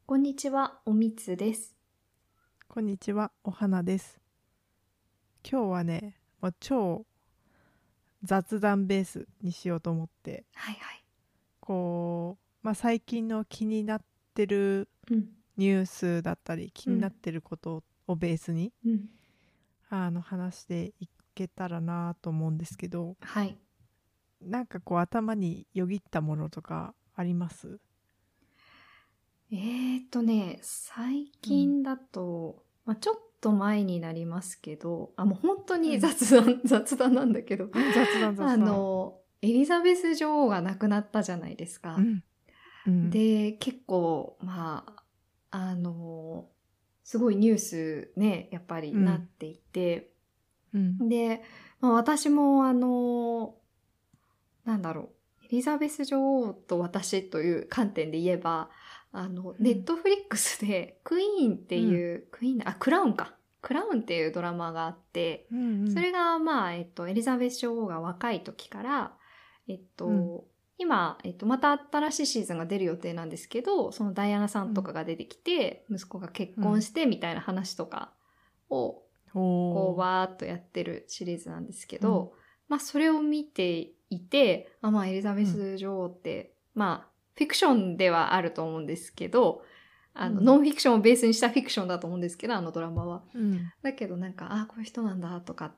こんにちは、おみつです。 こんにちは、お花です。今日はね、もう超雑談ベースにしようと思って、 はいはい。 最近の気になってるうん。 ニュースだったり、気うん。 になってることをベースにうん。 話していけたらなと思うんですけど、 はい。 なんか頭によぎったものとかあります？ 最うん、 近だと、ちょっと前になりますけど、もう本当にうん、 雑談なんだけど、 うん、雑談雑談。 エリザベス女王が亡くなったじゃないですか。 うん、うん、 で、結構、すごいニュースね、やっぱりうん、 なっていて、 うん、 で、私もなんだろエリザベス女王と私という観点で言えば、ネッうん、 トフリックスでクイーンってうん、 いう、クイーン、クラウンか。クラウンっていうドラマがあって、 うん、 それが、エリザベス女王が若い時から、えっうん、 と、今、また新しいシーズンが出る予定なんですけど、そのダイアナさんとうん、 かが出てきて、息子が結うん、 婚してみたいな話とかを、 おー、 わーっとやってるシリーズなんですけうん、 ど、それを見ていて、エリザベうん、 ス女王って、フィクションではあると思うんですけど、ノうん、 ンフィクションをベースにしたフィクションだと思うんですけど、あのドラマは。 うん、 だけどこういう人なんだとかって、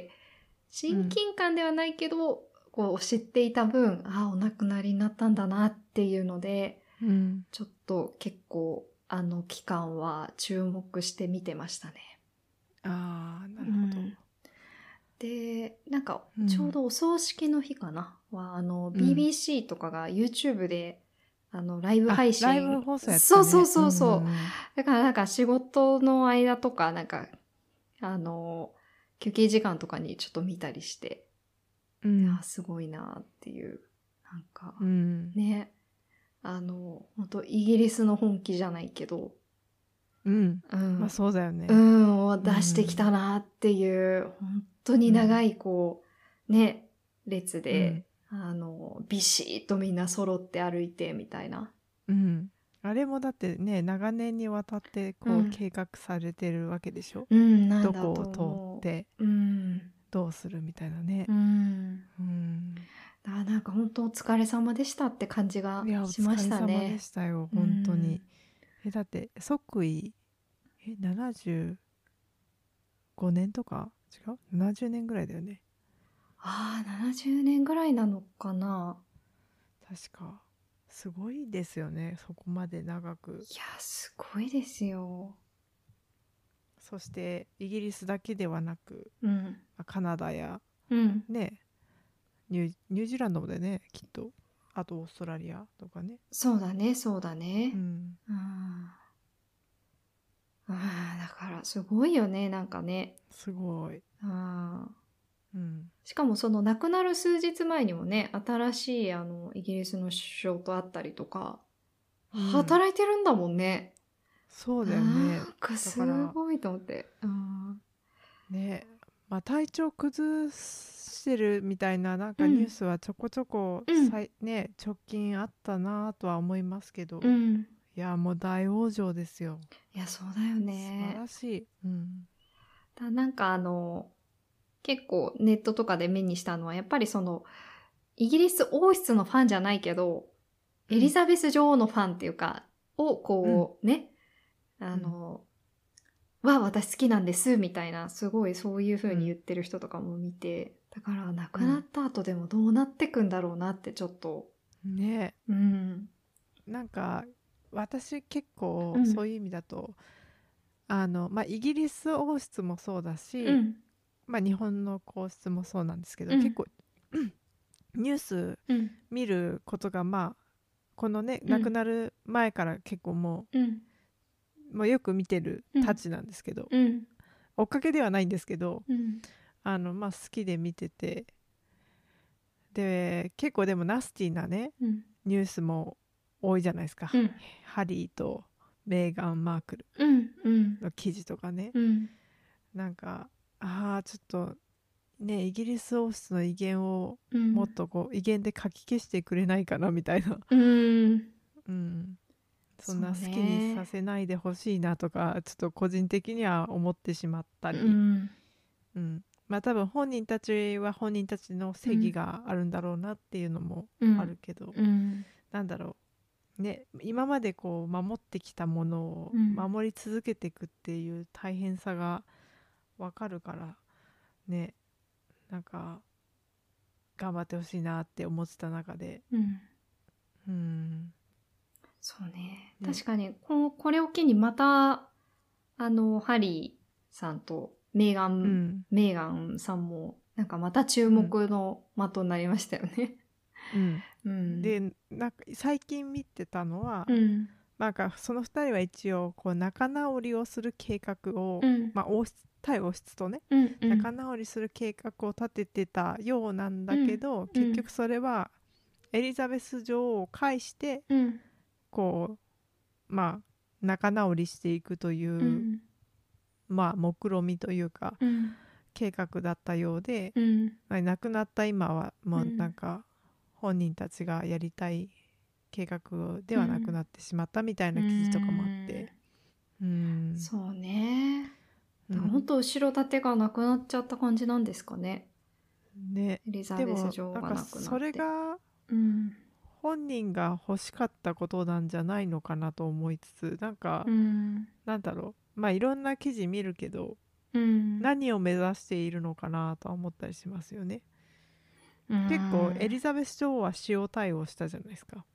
親うん、 近感ではないけど、こう知っていた分、お亡くなりになったんだなっていうので、 うん。 ちょっと結構、あの期間は注目して見てましたね。 ああ、なるほど。 うん。で、ちょううん、 どお葬式の日かなは、 うん。 BBC とかが YouTube で、ライブあ、 配ライブ信。 放送やってそうそうたね。うん、 そうそう。 うん、 だから仕事の間とか、休憩時間とかにちょっと見たりして、で、 うん、 すごいなっていう。 うん、 ね、本当イギリスの本気じゃないけど、 うん。 うん、 まあそうだようね。 ん、をう出してきたん、 なっていう、本当にうん、 長い、ね、列うん、 で、ビシッとみんな揃って歩いてみたいな。 うん。あれもだってね、長年にわたってうん。 計画されてるわけでしょ。 うん、なんだとどこを通っ思てう。うん。 どうするみたいなね。 うん。 うん。 本当お疲れ様でしたって感じがいや、お疲しましれ様でたね。 したよ、 う本当に。 ん。 だって即位、75年とか違う？ 70 年ぐらいだよね。 70年ぐらいなのかな。 確か。すごいですよね、そこまで長く。 いや、すごいですよ。 そしてイギリスだけではなく、 うん。 カナダやうん。 ね、ニュージーランドもでね、きっと。あとオーストラリアとかね。 そうだね、そうだね。 うん、 うん。だからすごいよね、ね。 すごい。 うん。 うん、 しかもその亡くなる数日前にもね、新しいイギリスの首相と会ったりとか、 うん、 働いてるんだもんね。 そうだよね。だかすらごいと思って。うん。 ね、まあ体調崩してるみたいななんかニューうん。 スはちょこちょこうん。 ね、直近あったなとは思いますけど、 うん。 いやもう大往生ですよ。 いや、そうだよ素晴ね。 らしい。うん、 結構ネットとかで目にしたのは、やっぱりイギリス王室のファンじゃないけど、エリうん、 ザベス女王のファンっていうか、をうん、 あうん、 の、私好きなんです、みたいな、すごいそういう風に言ってる人とかも見て、だから亡くなっうん、 た後でもどうなってくんだろうなってちょっと、 ね、 うん、 なんか私結構うん、 そういう意味だとイギリス王室もそうだし、 うん、 日本の皇室もそうなんですけど、 うん、 結構ニュースうん、 見ることがこのね亡くうん、 なる前から結構うん、 もうよく見てるうん、 たちなんですけど、 うん、 追っかけではないんですけど、 うん、 好きで見てて、で結構でもナスティなねうん、 ニュースも多いじゃないですか。 うん、 ハリーとメーガン・マークルうん、うん、 の記事とかね、 うん、 なんかちょっとねイギリス王室の威厳をうん、 もっと威厳で書き消してくれないかなみたいな、 うん、 うん、 そんな好きにさせないでほしいなとかちょっと個人的には思ってしまったり、まあ多分本人たちは本人たちの正義があるんだろうなっていうのもあるけど、なんだろうね、今までこう守ってきたものを守り続けていくっていう大変さがわかるからね、なんか頑張ってほしいなって思ってた中で、 そうね、確かにこれを機にまたハリーさんとメーガンさんもなんかまた注目の的になりましたよね。 でなんか最近見てたのは、なんかその2人は一応こう仲直りをする計画を、まあ対王室とね、仲直りする計画を立ててたようなんだけど、結局それはエリザベス女王を介して、こうまあ仲直りしていくという、まあ目論みというか、計画だったようで、亡くなった今はもうなんか本人たちがやりたい計画ではなくなってしまったみたいな記事とかもあって、 そうね、本当後ろ盾がなくなっちゃった感じなんですかね。エリザベス女王がなくなって。 それが本人が欲しかったことなんじゃないのかなと思いつつ、なんか、なんだろう、まあいろんな記事見るけど、何を目指しているのかなとは思ったりしますよね。結構エリザベス女王は塩対応したじゃないですか。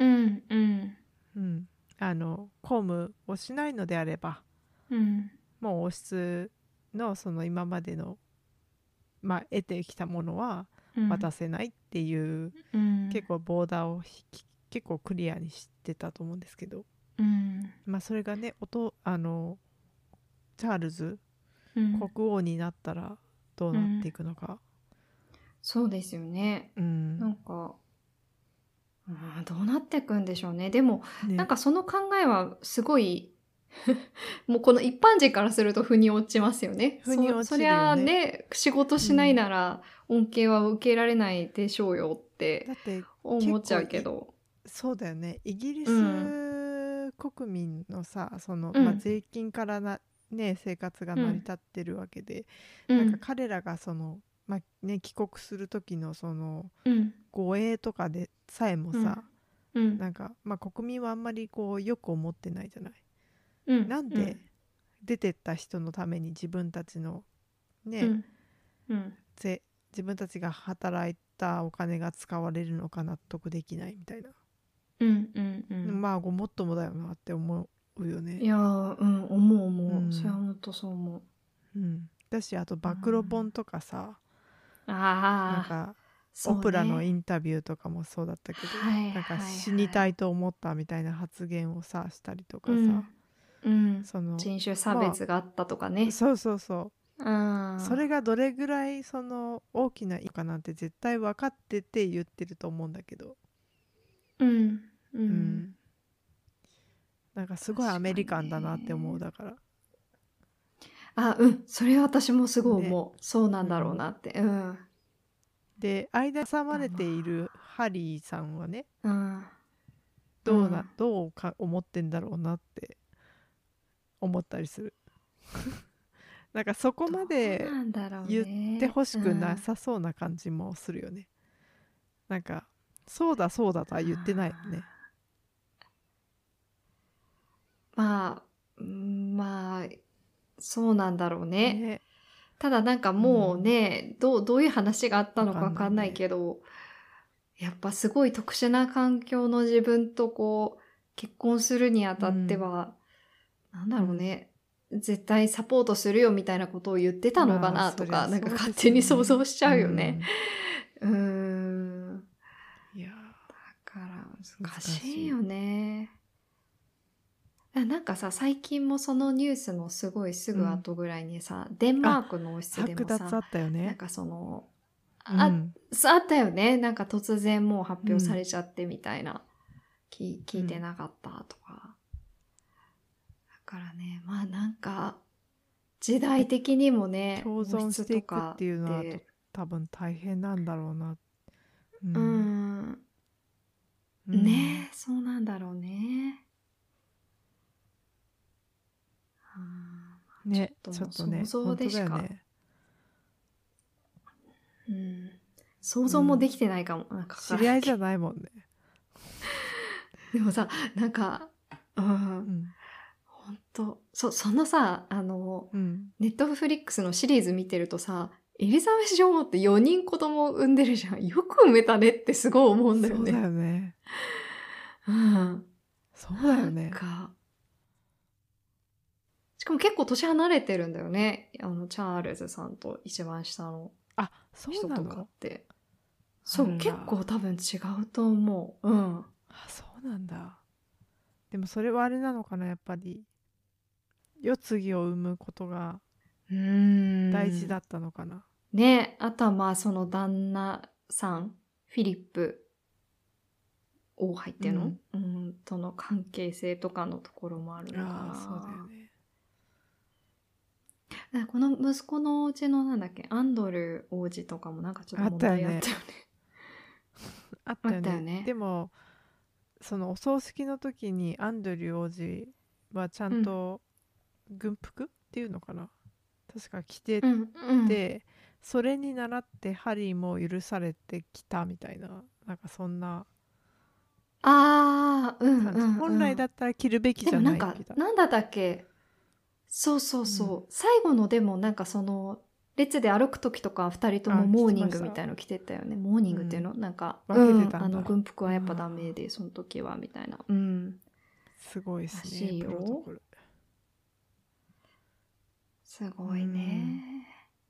公務をしないのであれば、もう王室のその今までの、まあ、得てきたものは渡せないっていう、結構ボーダーを結構クリアにしてたと思うんですけど、まあそれがねチャールズ、国王になったらどうなっていくのか、 そうですよね、なんかどうなっていくんでしょうね。でも、なんかその考えはすごいもうこの一般人からすると腑に落ちますよね。 腑に落ちそりるよね。 ゃね、仕事しないなら恩恵は受けられないでしょうよって思っちゃうけど。 そうだよね。イギリス国民のさ、その、まあ、税金から生活が成り立ってるわけで、なんか彼らがその、まあね、帰国する時のその、護衛とかでさえもさ、なんか、まあ、国民はあんまりこうよく思ってないじゃない。なんで出てった人のために自分たちのね、自分たちが働いたお金が使われるのか納得できないみたいな。まあごもっともだよなって思うよね。 いや思う、それは本当そう思う。 だし、あと暴露本とかさ、 なんかオプラのインタビューとかもそうだったけど、なんか死にたいと思ったみたいな発言をさしたりとかさ、 その人種差別があったとかね、 まあ、そうそれがどれぐらいその大きな意味かなんて絶対分かってて言ってると思うんだけど、なんかすごいアメリカンだなって思う。だからそれは私もすごい思う、そうなんだろうなって。 で、間に挟まれているハリーさんはね、どう思ってんだろうなって思ったりする。なんかそこまで言ってほしくなさそうな感じもするよね。なんかそうだそうだとは言ってないよね。 まあそうなんだろうね。ただなんかもうね、どういう話があったのか分かんないけど、やっぱすごい特殊な環境の自分とこう結婚するにあたっては、なんだろうね、絶対サポートするよみたいなことを言ってたのかなとか、なんか勝手に想像しちゃうよね。いやだから難しいよね。なんかさ、最近もそのニュースのすごいすぐ後ぐらいにさ、デンマークの王室でもさ、 あったよね、 なんかそのあったよね。なんか突然もう発表されちゃってみたいな、聞いてなかったとか。だからね、まあなんか時代的にもね、 共存していくっていうのは多分大変なんだろうな。 ね、そうなんだろうね。 ね、 ちょっちょっとね、 想像でしか、 ね、 うん、想像もできてないかも、なんか知り合いじゃないもんね。 でもさ、なんか、うん、本当そのさ、ネットフリックスのシリーズ見てるとさ、エリザベス女王って4人子供を産んでるじゃん。よく産めたねってすごい思うんだよね。 そうだよね。 うん。 そうだよね。 しかも結構年離れてるんだよね。チャールズさんと一番下の人とかって。そう、結構多分違うと思う。うん。 そうなんだ。でもそれはあれなのかな、やっぱり。世継ぎを産むことが大事だったのかな。 ね、あとはまあその旦那さん、フィリップ王杯っていうの、との関係性とかのところもあるのかな。 そうだよね。 この息子のお家のなんだっけ、アンドル王子とかもなんかちょっと問題あったよね。 あったよね。でもそのお葬式の時にアンドリュー王子はちゃんと軍服っていうのかな、確か着てて、それに倣ってハリーも許されてきたみたいな、なんかそんな感じ。本来だったら着るべきじゃないみたいな。 でもなんだったっけ、そうそうそう、最後のでもなんかその列で歩く時とか2人ともモーニングみたいの着てたよね。モーニングっていうの、なんか分けてたんだ。 軍服はやっぱダメでその時はみたいな。 すごいですね、プロトコル。 すごいね。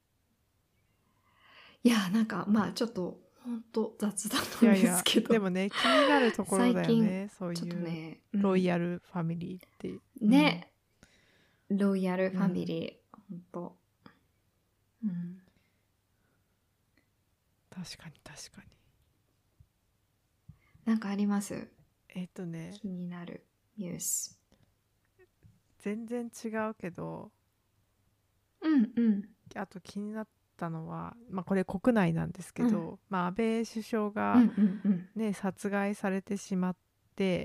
いや、なんかまあちょっと本当雑談なんですけど、 でもね、気になるところだよね。そういうロイヤルファミリーってね、ロイヤルファミリー、本当。 確かに確かに。 なんかあります？気になるニュース。 全然違うけど、あと気になったのは、まあこれ国内なんですけど、まあ安倍首相がね、殺害されてしまって、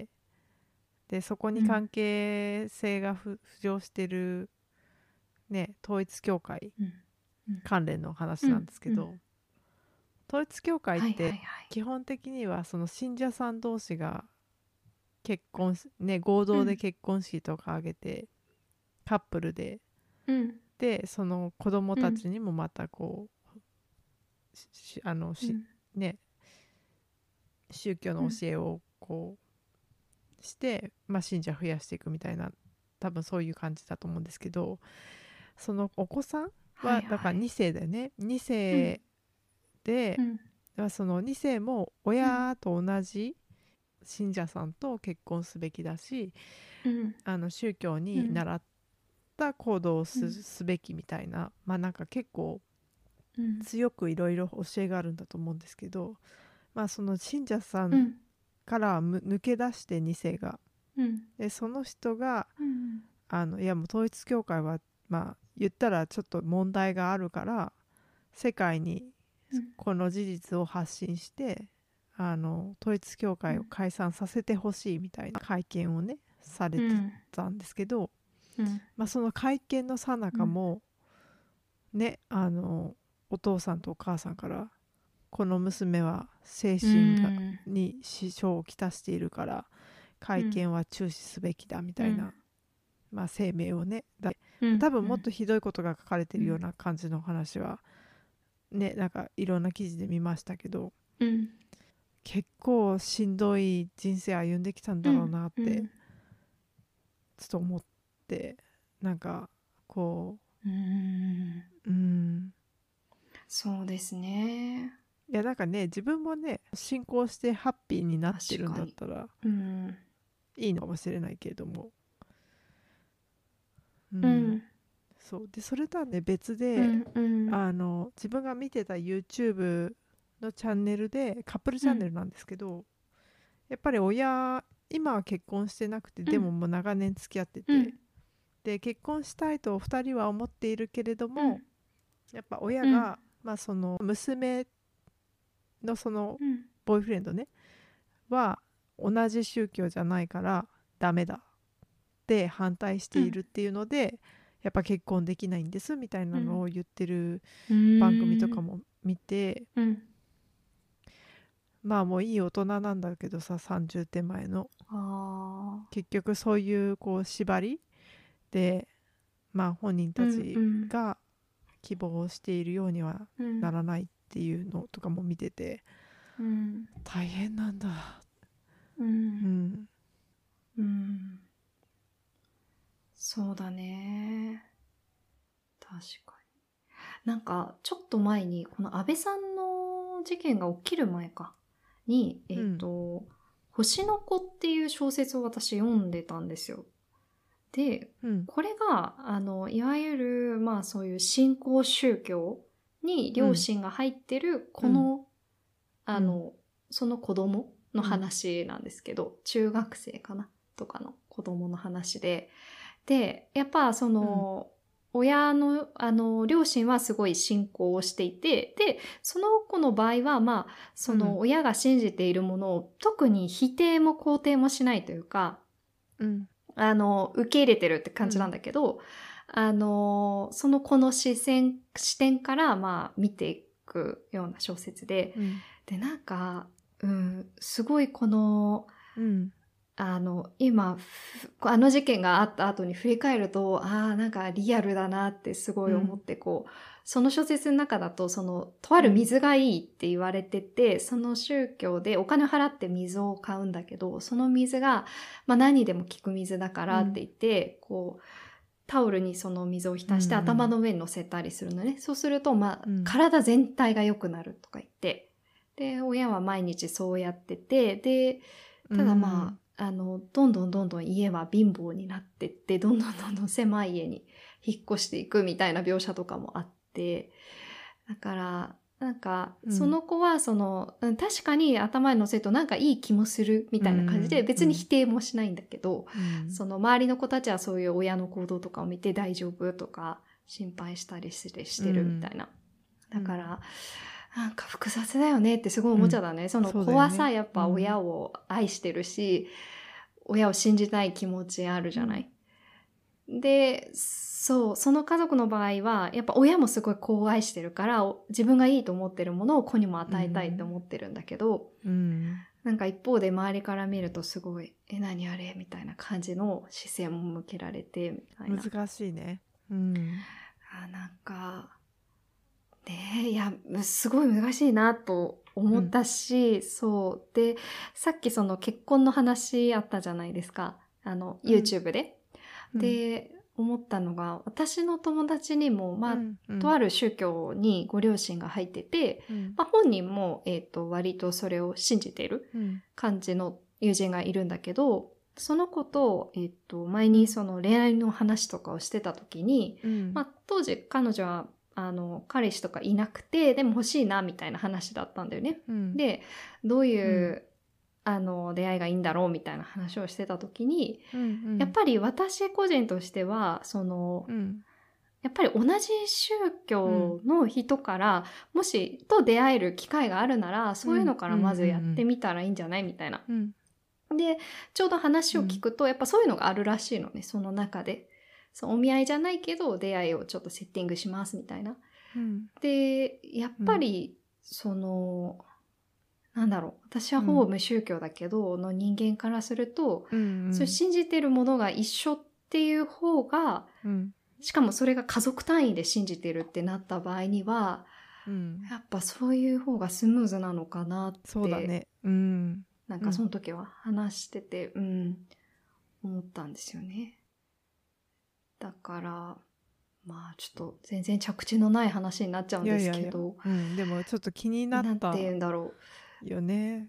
でそこに関係性が浮上してるね、統一教会関連の話なんですけど、統一教会って基本的にはその信者さん同士が結婚ね、合同で結婚式とか挙げて、カップルで、でその子供たちにもまたこう、ね、宗教の教えをこうして、まあ、信者増やしていくみたいな、多分そういう感じだと思うんですけど、そのお子さんはだから2世だよね。2世で、その2世も親と同じ信者さんと結婚すべきだし、宗教に倣った行動をすべきみたいな、まあなんか結構強くいろいろ教えがあるんだと思うんですけど、まあその信者さんから抜け出して2世が、でその人が、いやもう統一教会はまあ言ったらちょっと問題があるから世界にこの事実を発信して、統一教会を解散させてほしいみたいな会見をねされてたんですけど、まあ、その会見の最中もね、お父さんとお母さんからこの娘は精神に支障をきたしているから会見は中止すべきだみたいな、まあ、声明をね、多分もっとひどいことが書かれてるような感じの話はね、なんかいろんな記事で見ましたけど、結構しんどい人生歩んできたんだろうなってちょっと思って、なんかこうそうですね。 いやなんかね、自分もね信仰してハッピーになってるんだったらいいのかもしれないけれども、そうで、それとはね別で、自分が見てた YouTube のチャンネルでカップルチャンネルなんですけど、やっぱり今は結婚してなくて、でももう長年付き合ってて、で結婚したいと2人は思っているけれども、やっぱ親が、まあその娘のそのボーイフレンドねは同じ宗教じゃないからダメだって反対しているっていうので、 やっぱ結婚できないんですみたいなのを言ってる番組とかも見て、まあもういい大人なんだけどさ、30手前の結局そういうこう縛りで、まあ本人たちが希望しているようにはならないっていうのとかも見てて、大変なんだ。 そうだね。確かに。なんかちょっと前にこの安倍さんの事件が起きる前かに、星の子っていう小説を私読んでたんですよ。で、これがいわゆるまあそういう新興宗教に両親が入ってるこの、その子供の話なんですけど、中学生かなとかの子供の話で、やっぱその、親の、両親はすごい信仰をしていて、で、その子の場合は、まあ、その親が信じているものを特に否定も肯定もしないというか、受け入れてるって感じなんだけど、その子の視点から、まあ、見ていくような小説で、で、なんか、すごいこの、今、事件があった後に振り返ると、なんかリアルだなってすごい思って、その小説の中だと、とある水がいいって言われてて、その宗教でお金を払って水を買うんだけど、その水が、まあ何にでも効く水だからって言って、タオルにその水を浸して頭の上に乗せたりするのね。そうすると、まあ、体全体が良くなるとか言って、で、親は毎日そうやってて、で、ただまあ、どんどん家は貧乏になってって、どんどん狭い家に引っ越していくみたいな描写とかもあって、だから、なんか、その子は確かに頭に乗せるとなんかいい気もするみたいな感じで、別に否定もしないんだけど、その周りの子たちはそういう親の行動とかを見て大丈夫とか心配したりしてるみたいな。だから、なんか複雑だよねってすごい思っちゃったね。その子はさ、やっぱ親を愛してるし、親を信じたい気持ちあるじゃない。で、その家族の場合は、やっぱ親もすごい子を愛してるから、自分がいいと思ってるものを子にも与えたいって思ってるんだけど、なんか一方で周りから見るとすごい、何あれみたいな感じの視線も向けられて、みたいな。 難しいね。 なんか、ねえ、いや、すごい難しいなと思ったし、そう。で、さっきその結婚の話あったじゃないですか。YouTube で。で、思ったのが、私の友達にも、まあ、とある宗教にご両親が入ってて、まあ、本人も、割とそれを信じている感じの友人がいるんだけど、その子と、前にその恋愛の話とかをしてた時に、まあ、当時彼女は、彼氏とかいなくて、でも欲しいな、みたいな話だったんだよね。で、どういう、出会いがいいんだろうみたいな話をしてた時に、やっぱり私個人としては、やっぱり同じ宗教の人から、もしと出会える機会があるなら、そういうのからまずやってみたらいいんじゃないみたいな。で、ちょうど話を聞くと、やっぱそういうのがあるらしいのね、その中で。お見合いじゃないけど、出会いをちょっとセッティングしますみたいな。で、やっぱり、なんだろう、私はほぼ無宗教だけど、の人間からすると、そう信じてるものが一緒っていう方が、しかもそれが家族単位で信じてるってなった場合には、やっぱそういう方がスムーズなのかなって。 そうだね。 なんかその時は話してて、思ったんですよね。だから、まあちょっと全然着地のない話になっちゃうんですけど。 でもちょっと気になった。 なんて言うんだろう。よね。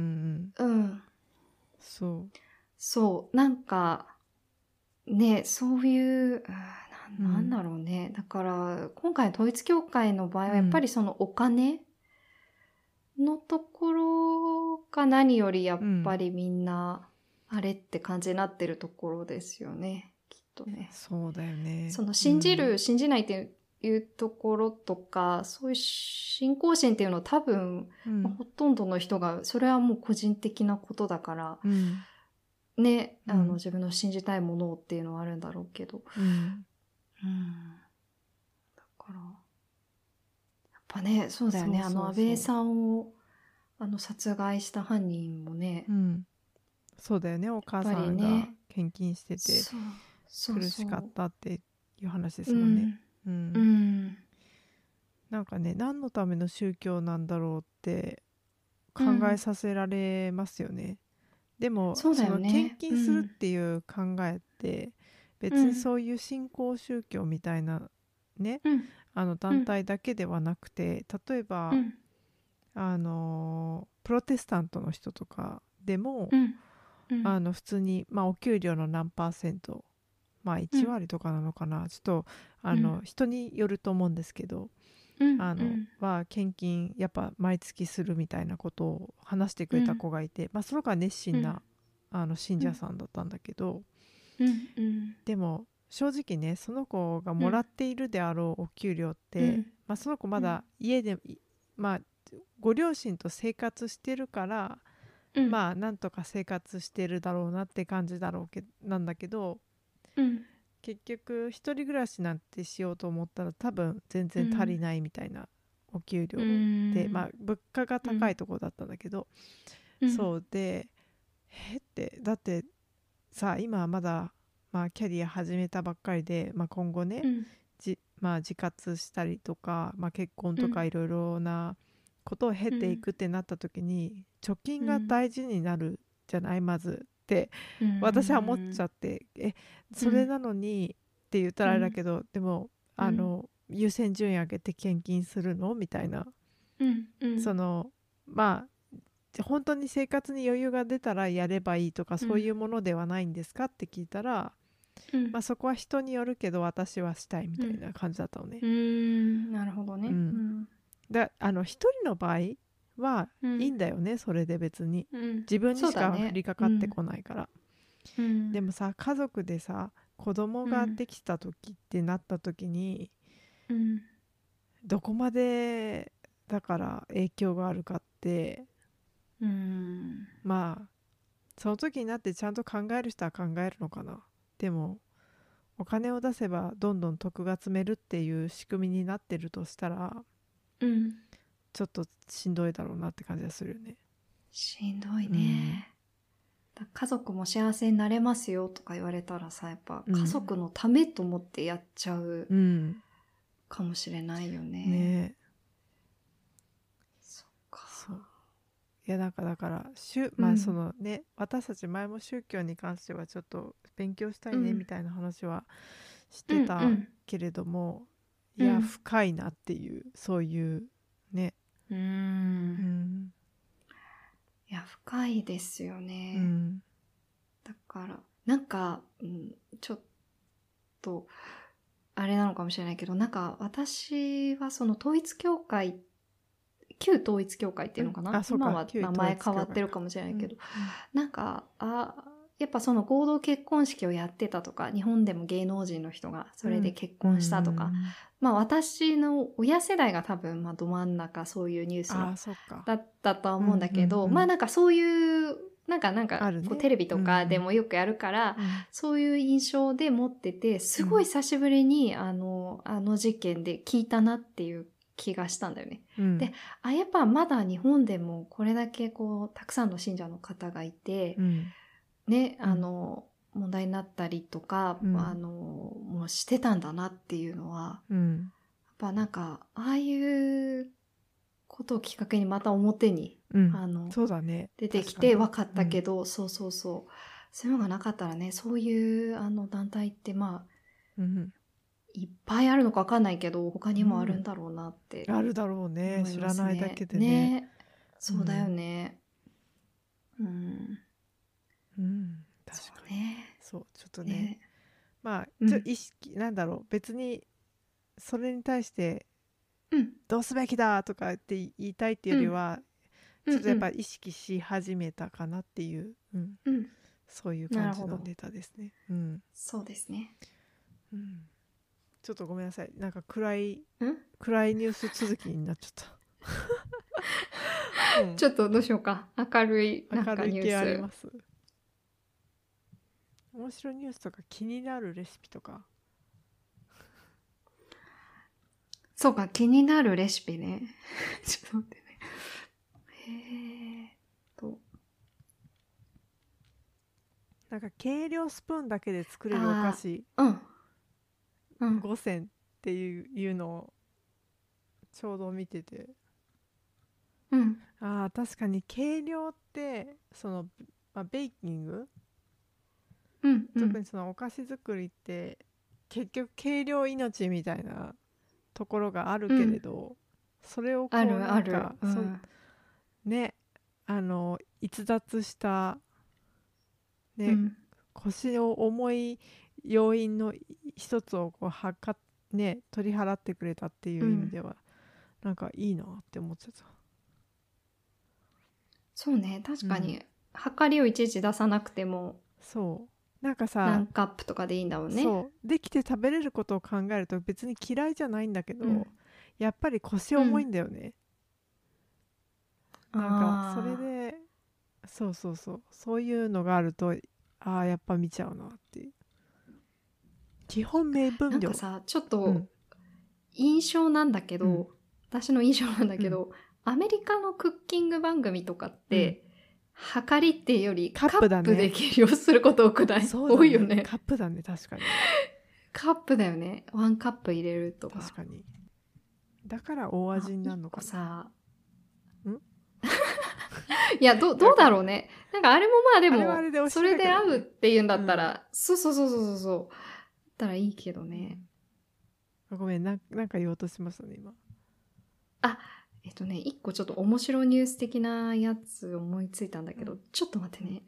そう。なんか、ね、そういう、なんだろうね。だから、今回統一教会の場合はやっぱりそのお金のところが何よりやっぱりみんな、あれって感じになってるところですよね。きっとね。 そうだよね。 信じる、信じないっていうところとか、そういう信仰心っていうのは多分、ほとんどの人が、それはもう個人的なことだから、ね、自分の信じたいものっていうのはあるんだろうけど、 だからやっぱね、そうだよね。安倍さんを殺害した犯人もね、 そうだよね。お母さんが献金してて苦しかったっていう話ですもんね。なんかね、何のための宗教なんだろうって考えさせられますよね。でもその献金するっていう考えって別にそういう新興宗教みたいなね、団体だけではなくて、例えば、プロテスタントの人とかでも、普通に、お給料の何%、1割とかなのかな、ちょっと人によると思うんですけど、は献金やっぱ毎月するみたいなことを話してくれた子がいて、その子は熱心な、信者さんだったんだけど、でも正直ね、その子がもらっているであろうお給料って、その子まだ家で、ご両親と生活してるから、なんとか生活してるだろうなって感じなんだけど、結局一人暮らしなんてしようと思ったら多分全然足りないみたいなお給料で、物価が高いところだったんだけど、そうでってだってさ、今はまだ、キャリア始めたばっかりで、今後ね、自活したりとか、結婚とかいろいろなことを経ていくってなった時に、貯金が大事になるじゃない、まずって私は思っちゃって、それなのにって言ったらあれだけど、でも優先順位上げて献金するのみたいな、その本当に生活に余裕が出たらやればいいとか、そういうものではないんですかって聞いたら、そこは人によるけど私はしたいみたいな感じだったのね。 なるほどね。 一人の場合はいいんだよね、それで別に、自分にしか降りかかってこないから、でもさ、家族でさ子供ができた時ってなった時に、どこまでだから影響があるかって、その時になってちゃんと考える人は考えるのかな。でもお金を出せばどんどん得が積めるっていう仕組みになってるとしたら、ちょっとしんどいだろうなって感じがするよね。 しんどいね、家族も幸せになれますよとか言われたらさ、やっぱ家族のためと思ってやっちゃうかもしれないよね。そっか。 そういや、だからそのね、私たち前も宗教に関してはちょっと勉強したいねみたいな話はしてたけれども、いや深いなっていう、そういうね、 いや深いですよね、だからなんか、ちょっとあれなのかもしれないけど、なんか私はその統一教会、旧統一教会っていうのかな、今は名前変わってるかもしれないけど、なんかやっぱその合同結婚式をやってたとか、日本でも芸能人の人がそれで結婚したとか、私の親世代が多分ど真ん中そういうニュースだったとは思うんだけど、なんかそういうなんかこうテレビとかでもよくやるから、そういう印象で持ってて、すごい久しぶりにあの事件で聞いたなっていう気がしたんだよね。で、やっぱまだ日本でもこれだけこうたくさんの信者の方がいて、ね、問題になったりとか、もうしてたんだなっていうのは、やっぱなんかああいうことをきっかけにまた表に、 そうだね、 出てきて分かったけど、そういうのがなかったらね、そういう団体っていっぱいあるのか分かんないけど、他にもあるんだろうなって、 あるだろうね、知らないだけでね。 そうだよね。 確かにね。 そうちょっとね、意識なんだろう、別にそれに対してどうすべきだとかって言いたいっていうよりは、ちょっとやっぱ意識し始めたかなっていう、そういう感じのネタですね。 そうですね。 ちょっとごめんなさい、なんか暗いニュース続きになっちゃったちょっとどうしようか、明るいニュース。 系あります？面白いニュースとか気になるレシピとかそうか、気になるレシピね。ちょっと待ってね。 なんか計量スプーンだけで作れるお菓子、5選っていうのをちょうど見てて、確かに計量ってその、ベーキング、特にそのお菓子作りって結局計量命みたいなところがあるけれど、それをこうなんかね、逸脱したね、腰を重い要因の一つをこう取り払ってくれたっていう意味では、なんかいいなって思っちゃった。 そうね、確かに、量りをいちいち出さなくても、 そうなんかさ、 何カップとかでいいんだもんね。 そうできて食べれることを考えると別に嫌いじゃないんだけど、やっぱり腰重いんだよね。なんかそれでそういうのがあると、やっぱ見ちゃうなっていう。基本目分量。 なんかさ、ちょっと印象なんだけど、私の印象なんだけど、アメリカのクッキング番組とかって、量りっていうよりカップで計量すること多くない？多いよね。 カップだね、確かに。 カップだよね。ワンカップ入れるとか。 確かに。だから大味になるのかな。 さいや、どうだろうね。なんかあれもでも、それで合うっていうんだったら、そう。だったらいいけどね。 ごめん、なんか言おうとしましたね、今。 一個ちょっと面白ニュース的なやつ思いついたんだけど、ちょっと待ってね。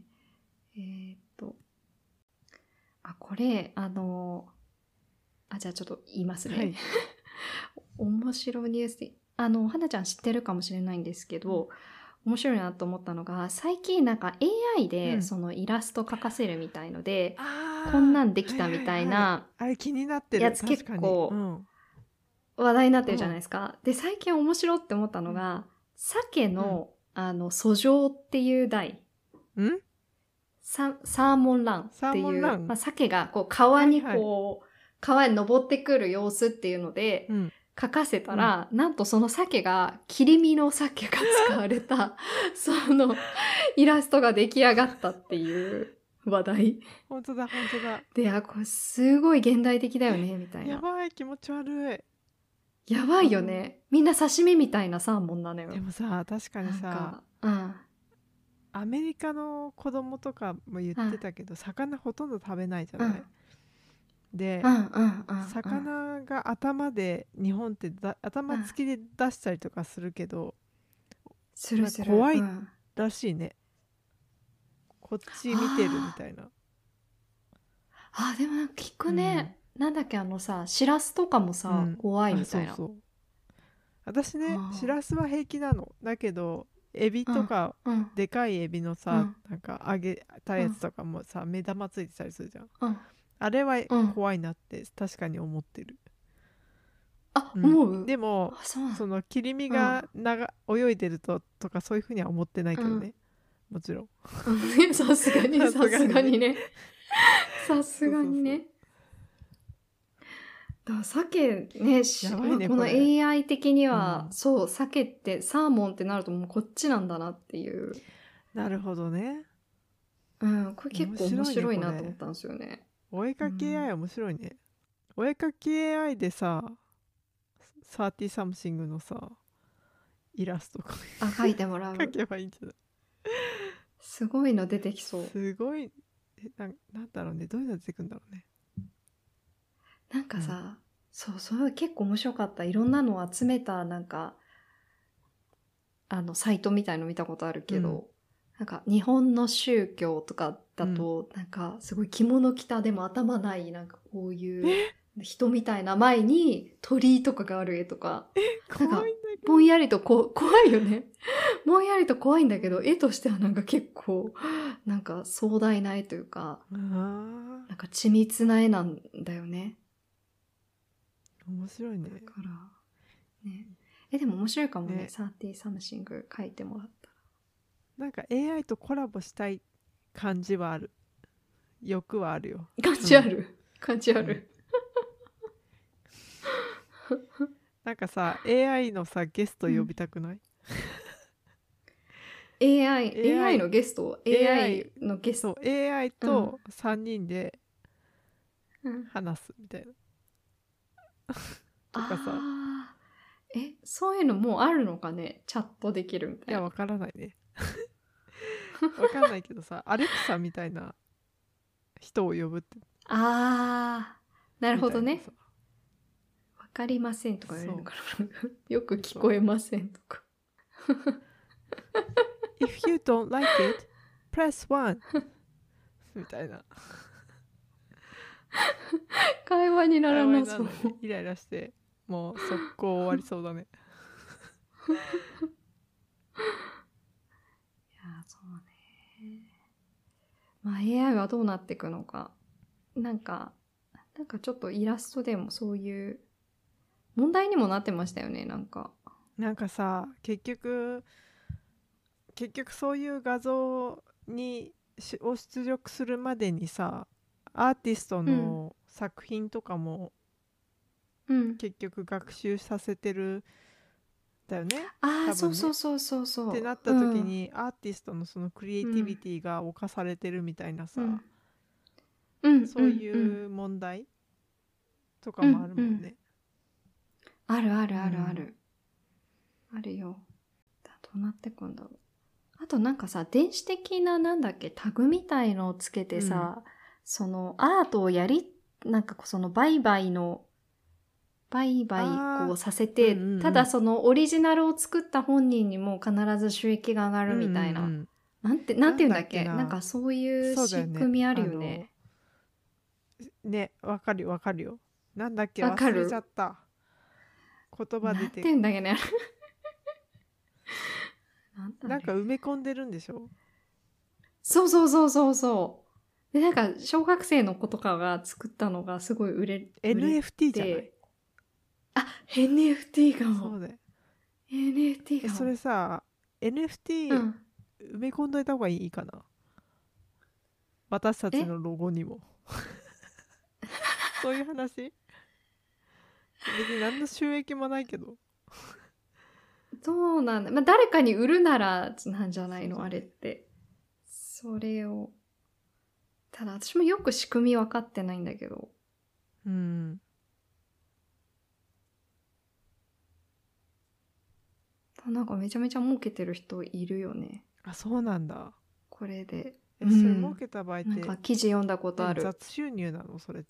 これ、じゃあちょっと言いますね。面白ニュースで、花ちゃん知ってるかもしれないんですけど、面白いなと思ったのが、最近なんか AI でそのイラスト描かせるみたいので、こんなんできたみたいなあれ気になってるやつ結構話題になってるじゃないですか。で、最近面白って思ったのが、鮭の遡上っていう台。サーモンランっていう、鮭がこう川に川に登ってくる様子っていうので、書かせたら、なんとその鮭が、切り身の鮭が使われた、そのイラストが出来上がったっていう話題。 本当だ。 で、これすごい現代的だよね、みたいな。 やばい、気持ち悪い。 やばいよね。みんな刺身みたいなサーモンなのよ。 でもさ、確かにさ、アメリカの子供とかも言ってたけど、魚ほとんど食べないじゃない。で、魚が頭で日本って頭付きで出したりとかするけど、怖いらしいね。こっち見てるみたいな。 でもなんか聞くね。なんだっけしらすとかもさ、怖いみたいな。 そう。私ね、しらすは平気なの。だけどエビとか、でかいエビのさ、なんか揚げたやつとかもさ、目玉ついてたりするじゃん。あれは怖いなって確かに思ってる。 思う？ でもその切り身が泳いでるとかそういうふうには思ってないけどね、もちろん。 さすがにね。さすがにね。だから鮭ね、この AI 的には、そう鮭ってサーモンってなるともうこっちなんだなっていう。 なるほどね。 これ結構面白いなと思ったんですよね。 お絵かき AI 面白いね。お絵かき AI でさ、30サムシングのさ、イラスト描いてもらう。 描けばいいんじゃない？ すごいの出てきそう。 すごい、なんだろうね、どういうの出てくるんだろうね。 なんかさ、それ結構面白かった。いろんなのを集めたなんかサイトみたいの見たことあるけど、なんか日本の宗教とかだと、なんかすごい着物着たでも頭ないなんかこういう人みたいな前に鳥居とかがある絵とか、なんかぼんやりと怖いよね。ぼんやりと怖いんだけど、絵としてはなんか結構なんか壮大な絵というか、なんか緻密な絵なんだよね。 面白いね。 だからね。でも面白いかもね。30サムシング書いてもらったら。 なんか AI とコラボしたい感じはある。欲はあるよ。 感じある。 なんかさ AI のさゲスト呼びたくない、 AI のゲスト AI のゲスト。 そう AI と3人で話すみたいな、とかさ。 あそういうのもうあるのかね、チャットできるみたいな。 いやわからないねわかんないけどさアレクサみたいな人を呼ぶってなるほどね。 さわかりませんとか言われるのかなよく聞そうこえませんとか If you don't like it, press 1みたいな会話にならなそう。 イライラしてもう速攻終わりそうだねいやそうね。まあ AI はどうなっていくのか。なんかちょっとイラストでもそういう問題にもなってましたよね。なんかさ結局そういう画像にを出力するまでにさアーティストの作品とかも、結局学習させてるだよね。 そう。 ってなった時に、アーティストのそのクリエイティビティが侵されてるみたいなさ、そういう問題とかもあるもんね。 ある。あるよ。どうなってくんだろう。あとなんかさ、電子的なタグみたいのをつけてさ、そのアートをなんかその売買こうさせて、ただそのオリジナルを作った本人にも必ず収益が上がるみたいな。なんて言うんだっけ、なんかそういう仕組みあるよね。 ね、わかるよ。なんだっけ、忘れちゃった。言葉出てなんて言うんだっけね。 なんか埋め込んでるんでしょ。 そう。で、なんか小学生の子とかが作ったのがすごい売れ NFT じゃない。 NFT かも。 そうだよ。 NFT かも。 それさ NFT、埋め込んどいた方がいいかな、私たちのロゴにもそういう話。別に何の収益もないけど。 そうなんだ。まあ、誰かに売るならなんじゃないの、あれって。それを。ただ私もよく仕組み分かってないんだけど。なんかめちゃめちゃ儲けてる人いるよね。 あ、そうなんだ。 これで。 それ儲けた場合って、 なんか記事読んだことある。 雑収入なのそれって。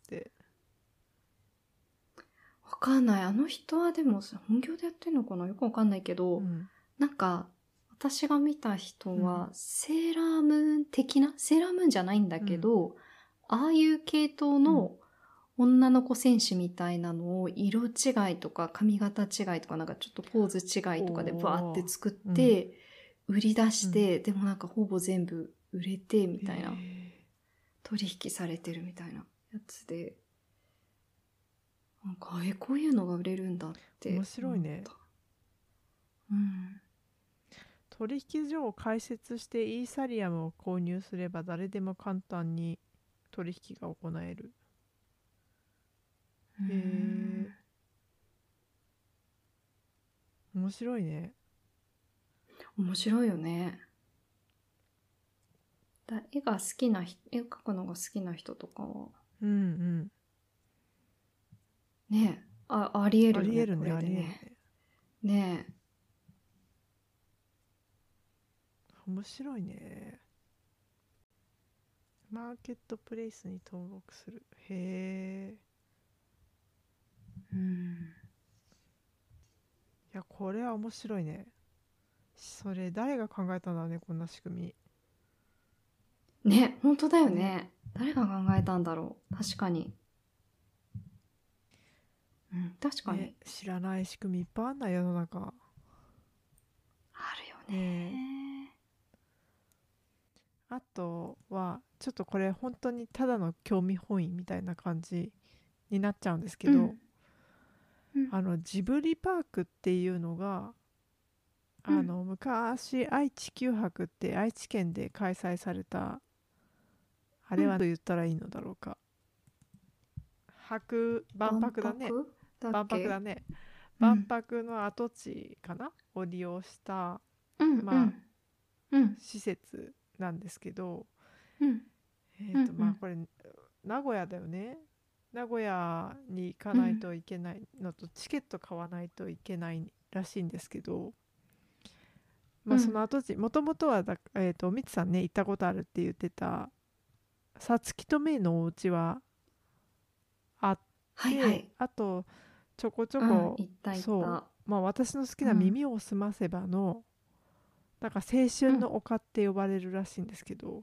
わかんない。あの人はでも本業でやってんのかな、よくわかんないけど、なんか私が見た人は、セーラームーン的な、セーラームーンじゃないんだけど、ああいう系統の女の子戦士みたいなのを色違いとか髪型違いとかなんかちょっとポーズ違いとかでバーって作って売り出して、でもなんかほぼ全部売れてみたいな、取引されてるみたいなやつで、なんかこういうのが売れるんだって面白いね。取引所を開設してイーサリアムを購入すれば誰でも簡単に取引が行える。面白いね。 面白いよね。絵が好きな人、絵描くのが好きな人とかはねえ、ありえるよね。ありえるね、ありえるね。ねえ。 面白いね。マーケットプレイスに登録する。へえ。いや、これは面白いね。それ誰が考えたんだね、こんな仕組み。ね、本当だよね。誰が考えたんだろう。確かに。確かに、 知らない仕組みいっぱいあんな世の中。 あるよね。 あとはちょっとこれ本当にただの興味本位みたいな感じになっちゃうんですけど、ジブリパークっていうのが昔愛・地球博って愛知県で開催された、あれはと言ったらいいのだろうか、万博だね。万博だね。 万博の跡地かなを利用した、施設なんですけど、まあこれ名古屋だよね。名古屋に行かないといけないのと、チケット買わないといけないらしいんですけど、その跡地もともとはみつさんね行ったことあるって言ってたさつきとめいのお家はあって、あとちょこちょこ、私の好きな耳をすませばの、なんか青春の丘って呼ばれるらしいんですけど、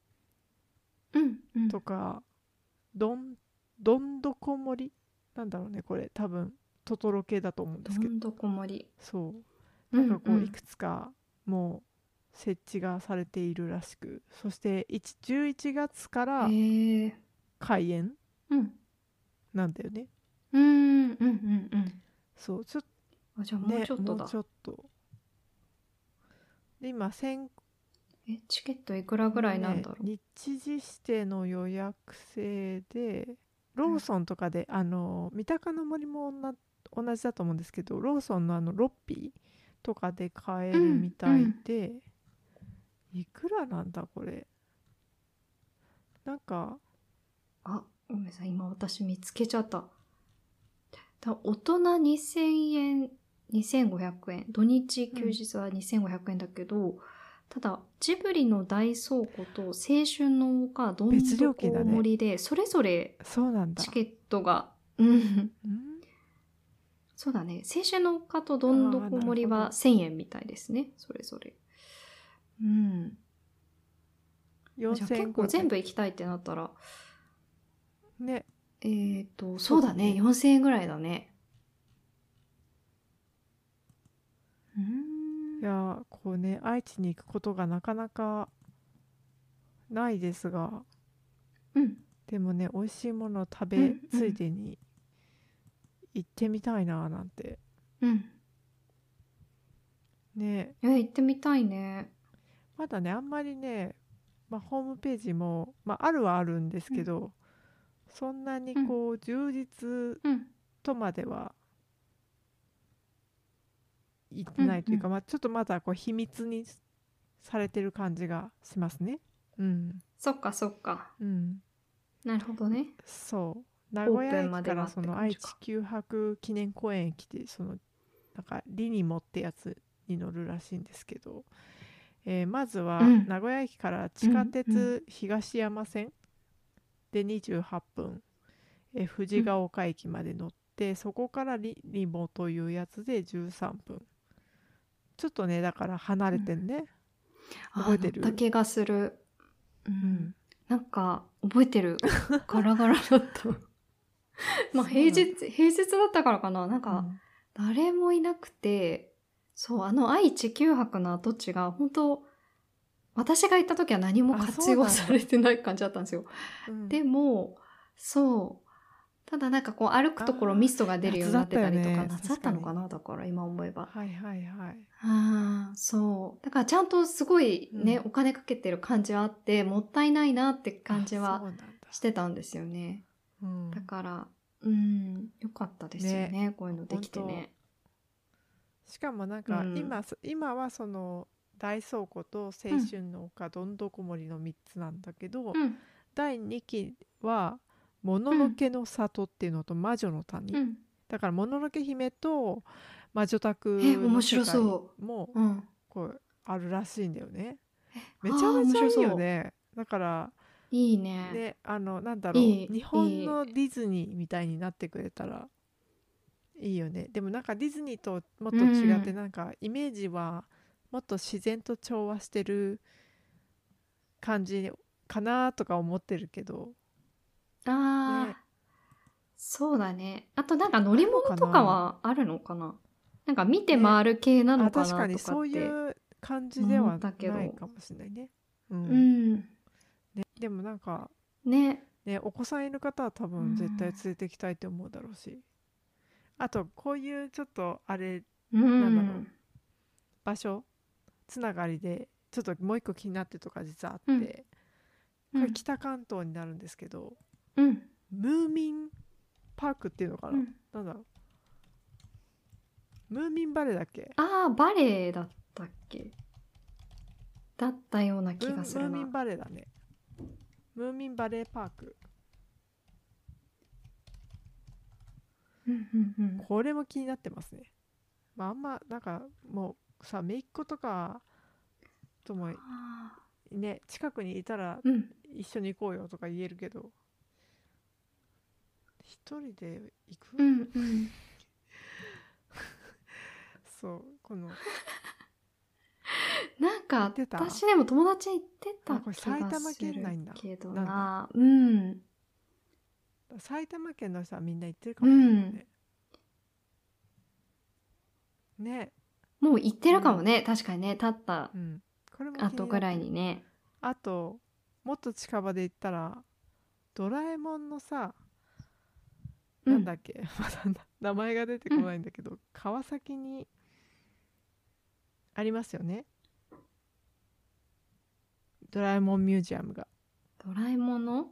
とかどんどこ森なんだろうね、これ多分トトロ系だと思うんですけど、 どんどこ森、 そうなんかこういくつかもう設置がされているらしく、そして11月から開園なんだよね。そうちょっと、じゃあもうちょっとだ、 もうちょっとで今チケットいくらぐらいなんだろう、 日時指定の予約制でローソンとかで、三鷹の森も同じだと思うんですけど、ローソンのロッピーとかで買えるみたいで、いくらなんだこれ、なんかごめんなさい、今私見つけちゃった。大人2000円、2500円、土日休日は2500円だけど、ただジブリの大倉庫と青春の丘どんどこ森でそれぞれチケットが、そうだね、青春の丘とどんどこ森は1000円みたいですね、それぞれ。じゃあ結構全部行きたいってなったらね、 そうだね、4000円ぐらいだね。 いやこうね、愛知に行くことがなかなかないですが、でもね、美味しいものを食べついでに行ってみたいななんて。ね、 行ってみたいね。 まだねあんまりね、ホームページも、あるはあるんですけど、そんなにこう充実とまでは言ってないというか、ちょっとまだこう秘密にされてる感じがしますね。 そっかそっか。なるほどね。 そう名古屋駅からその愛知九博記念公園駅で、そのなんかリニモってやつに乗るらしいんですけど、まずは名古屋駅から地下鉄東山線で28分、藤ヶ丘駅まで乗って、そこからリニモというやつで13分。ちょっとねだから離れてんね。覚えてる？ だ気がする。なんか覚えてる。ガラガラだった。平日だったからかな。なんか誰もいなくて、愛知九博の跡地が本当私が行った時は何も活用されてない感じだったんですよ。でもただなんかこう歩くところミストが出るようになってたりとか、夏だったのかな、だから今思えば。そうだからちゃんとすごいね、お金かけてる感じはあって、もったいないなって感じはしてたんですよね。だからよかったですよね、こういうのできてね。 しかもなんか今はその大倉庫と青春の丘、どんどこ森の3つなんだけど、第2期はもののけの里っていうのと魔女の谷、だからもののけ姫と魔女宅の世界もこうあるらしいんだよね。めちゃめちゃいいよね。だからいいね。 なんだろう、日本のディズニーみたいになってくれたらいいよね。でもなんかディズニーともっと違って、なんかイメージはもっと自然と調和してる感じかなとか思ってるけど。 そうだね。あとなんか乗り物とかはあるのかな。なんか見て回る系なのかなとかって、 確かにそういう感じではないかもしれないね。でもなんかね、お子さんいる方は多分絶対連れてきたいと思うだろうし、あとこういうちょっとあれ、なんだろう、場所つながりでちょっともう一個気になってるとか実はあって、これ北関東になるんですけど、ムーミンパークっていうのかな、なんだろう、 ムーミンバレーだっけ？ ああ、バレーだったっけ？だったような気がするな。 ムーミンバレーだね。ムーミンバレーパーク。これも気になってますね。まあ、あんまなんかもうさ、姪っ子とかともね、近くにいたら一緒に行こうよとか言えるけど、一人で行く？そうこのなんか私でも友達行ってた気がする埼玉県内だけどな。 埼玉県の人はみんな行ってるかもしれないね。ね。 もう行ってるかもね、確かにね、立ったこれも後ぐらいにね。 あともっと近場で行ったらドラえもんのさ、なんだっけ、まだ名前が出てこないんだけど、川崎にありますよね、ドラえもんミュージアムが。 ドラえもんの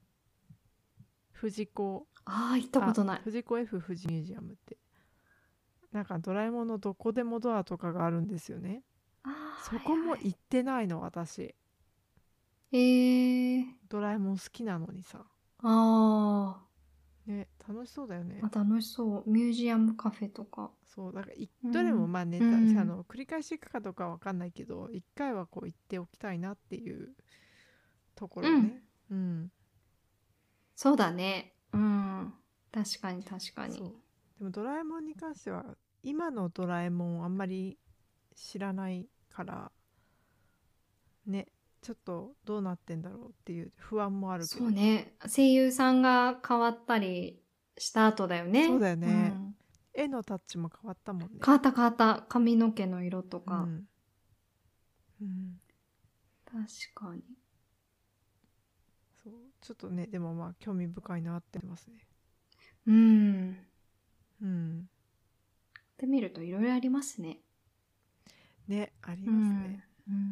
藤子、 行ったことない。 藤子 F 不二ミュージアムって、なんかドラえもんのどこでもドアとかがあるんですよね。そこも行ってないの、私。ドラえもん好きなのにさ。ね、楽しそうだよね。 楽しそう。ミュージアムカフェとか。 そうだからどれもまあネタ、繰り返し行くかどうかは分かんないけど、一回はこう行っておきたいなっていうところね。 そうだね。確かに確かに。 でもドラえもんに関しては今のドラえもんあんまり知らないからね、ちょっとどうなってんだろうっていう不安もあるけど。 そうね、声優さんが変わったりした後だよね。 そうだよね、絵のタッチも変わったもんね。 変わった変わった。髪の毛の色とか、確かに。 そうちょっとね、でもまあ興味深いなってますね。 で見るといろいろありますね。 ね、ありますね。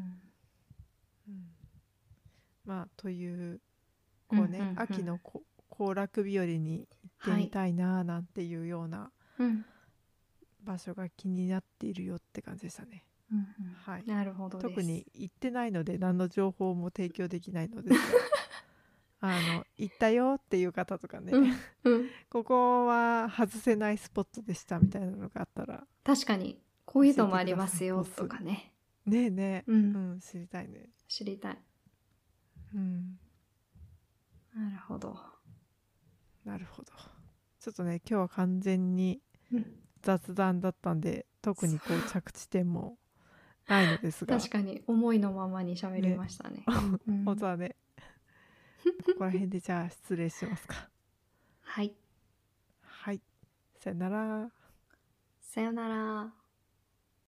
まあというこうね、秋の行楽日和に行ってみたいななんていうような場所が気になっているよって感じでしたね。 なるほどです。 特に行ってないので何の情報も提供できないのですが行ったよっていう方とかね、ここは外せないスポットでしたみたいなのがあったら、 確かにこういうのもありますよとかね。 ねえねえ、知りたいね。 知りたい。なるほど。 なるほど。ちょっとね、今日は完全に雑談だったんで、特にこう着地点もないのですが確かに思いのままに喋りましたね。 本当はね。ここら辺でじゃあ失礼しますか。 はい。 はい。さよなら。 さよなら。